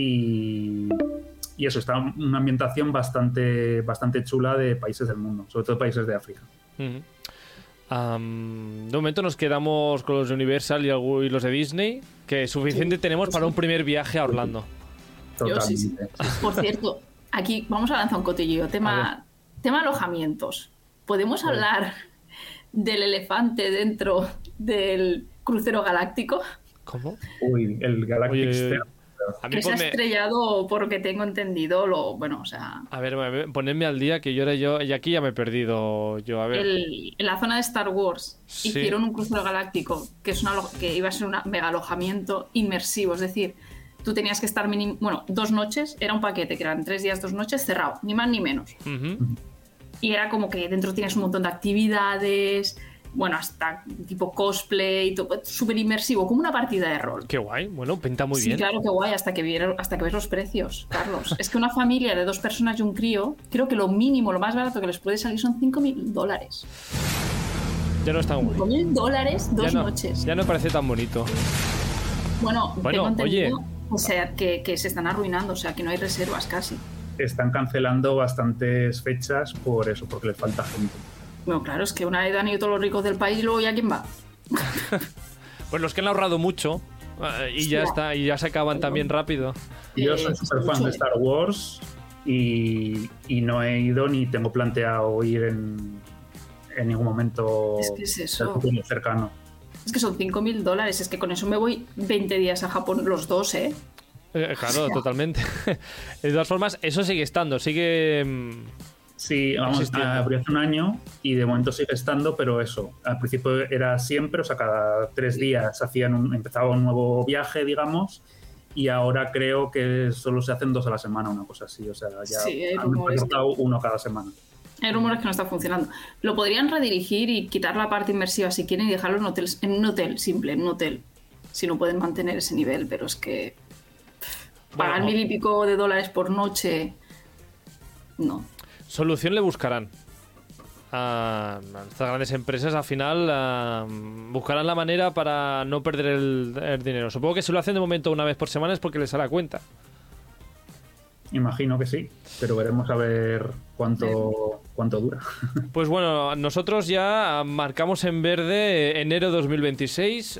y eso, está una ambientación bastante chula de países del mundo, sobre todo países de África. De momento nos quedamos con los de Universal y los de Disney, que suficiente tenemos para un primer viaje a Orlando. Totalmente. Sí. Por cierto, aquí vamos a lanzar un cotilleo, tema alojamientos. ¿Podemos hablar del elefante dentro del crucero galáctico? ¿Cómo? Uy, el Galactic Step. Que se ha estrellado, por lo que tengo entendido, A ver, ponedme al día, que yo y aquí ya me he perdido yo. A ver. En la zona de Star Wars hicieron un crucero galáctico que iba a ser un mega alojamiento inmersivo, es decir, tú tenías que estar 2 noches, era un paquete que eran 3 días, 2 noches, cerrado, ni más ni menos. Y era como que dentro tienes un montón de actividades, hasta tipo cosplay, súper inmersivo, como una partida de rol. Qué guay, bueno, pinta muy bien. Sí, claro, qué guay, hasta que ves los precios, Carlos. Es que una familia de 2 personas y un crío, creo que lo mínimo, lo más barato que les puede salir son $5.000. Ya no es tan guay. $5.000, 2 noches. Ya no parece tan bonito. Bueno, tengo entendido, o sea, que se están arruinando, o sea, que no hay reservas casi. Están cancelando bastantes fechas por eso, porque les falta gente. Bueno, claro, es que una vez han ido todos los ricos del país y luego ya quién va. Pues los que han ahorrado mucho y ya está, y ya se acaban también rápido. Yo soy súper fan de Star Wars y no he ido ni tengo planteado ir en ningún momento cercano. Es que son $5.000, es que con eso me voy 20 días a Japón los dos, ¿eh? Claro, totalmente. De todas formas, eso sigue estando, Sí, abrió hace un año y de momento sigue estando, pero eso, al principio era siempre, o sea, cada 3 días empezaba un nuevo viaje, digamos, y ahora creo que solo se hacen 2 a la semana, una cosa así, o sea, ya han empezado uno cada semana. Hay rumores que no está funcionando. Lo podrían redirigir y quitar la parte inmersiva si quieren y dejarlo en un hotel simple, en un hotel, si no pueden mantener ese nivel, pero es que pagar $1,000 y pico por noche, no. Solución le buscarán. Estas grandes empresas al final buscarán la manera para no perder el dinero. Supongo que si lo hacen de momento una vez por semana es porque les sale a cuenta. Imagino que sí, pero veremos a ver cuánto dura. Pues bueno, nosotros ya marcamos en verde enero 2026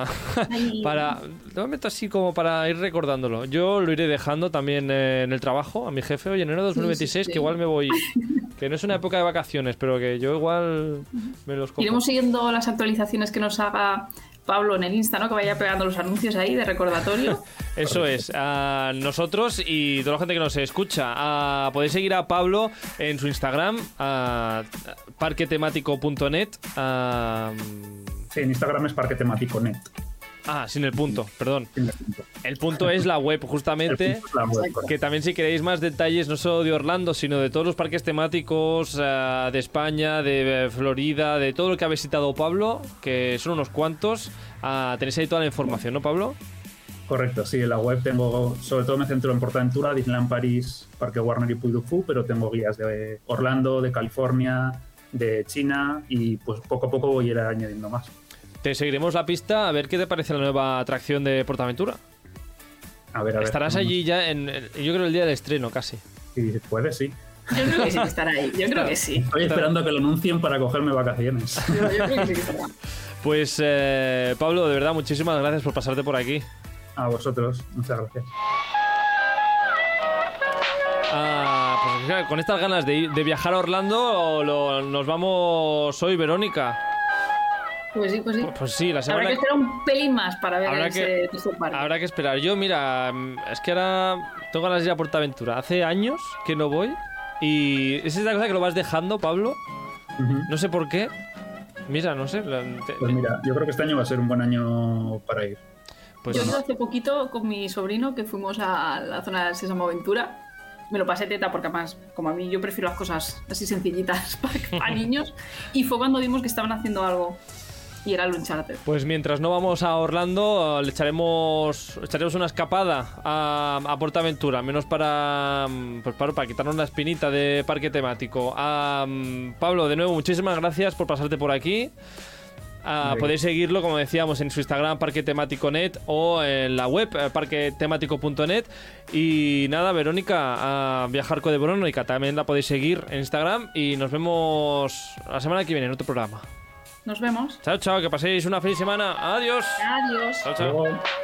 de momento así como para ir recordándolo. Yo lo iré dejando también en el trabajo a mi jefe. Oye, enero 2026 que igual me voy, que no es una época de vacaciones, pero que yo igual me los cojo. Iremos siguiendo las actualizaciones que nos haga Pablo en el Insta, ¿no? Que vaya pegando los anuncios ahí de recordatorio. Eso es. Nosotros y toda la gente que nos escucha, podéis seguir a Pablo en su Instagram, parquetemático.net. Sí, en Instagram es Parque Temático Net. Ah, sin el punto, perdón. Sin el punto. El punto es la web, justamente. El punto es la web, Exacto. Que también si queréis más detalles, no solo de Orlando, sino de todos los parques temáticos de España, de Florida, de todo lo que ha visitado Pablo, que son unos cuantos, tenéis ahí toda la información, ¿no, Pablo? Correcto, sí, en la web tengo, sobre todo me centro en PortAventura, Disneyland París, Parque Warner y Puy du Fou, pero tengo guías de Orlando, de California, de China y pues poco a poco voy a ir añadiendo más. Te seguiremos la pista a ver qué te parece la nueva atracción de PortAventura. A ver. Estarás allí ya yo creo el día del estreno casi. Si puede, sí. Yo creo que sí que estará ahí. Yo creo que sí. Estoy esperando a que lo anuncien para cogerme vacaciones. Yo creo que sí que estará. Pues Pablo, de verdad, muchísimas gracias por pasarte por aquí. A vosotros, muchas gracias. Pues claro, con estas ganas de viajar a Orlando, nos vamos hoy, Verónica. Pues sí, pues sí. Pues sí, la semana Habrá que esperar un pelín más para ver Habrá ese tercer parque. habrá que esperar. Yo, mira, es que ahora tengo ganas de ir a PortAventura. Hace años que no voy y es esa cosa que lo vas dejando, Pablo. Ujú. No sé por qué. Mira, no sé. Pues mira, yo creo que este año va a ser un buen año para ir. Pues Yo hace poquito con mi sobrino que fuimos a la zona del Sésamo Aventura. Me lo pasé teta porque además, como a mí yo prefiero las cosas así sencillitas para niños. Y fue cuando vimos que estaban haciendo algo. Y era el Uncharted. Pues mientras no vamos a Orlando, le echaremos una escapada a PortAventura, menos para quitarnos la espinita de parque temático. Pablo, de nuevo, muchísimas gracias por pasarte por aquí. Podéis seguirlo, como decíamos, en su Instagram, parquetemático.net, o en la web, parquetemático.net. Y nada, Verónica, Viajar con Verónica, también la podéis seguir en Instagram. Y nos vemos la semana que viene en otro programa. Nos vemos. Chao, chao, que paséis una feliz semana. Adiós. Adiós. Chao, chao. Luego-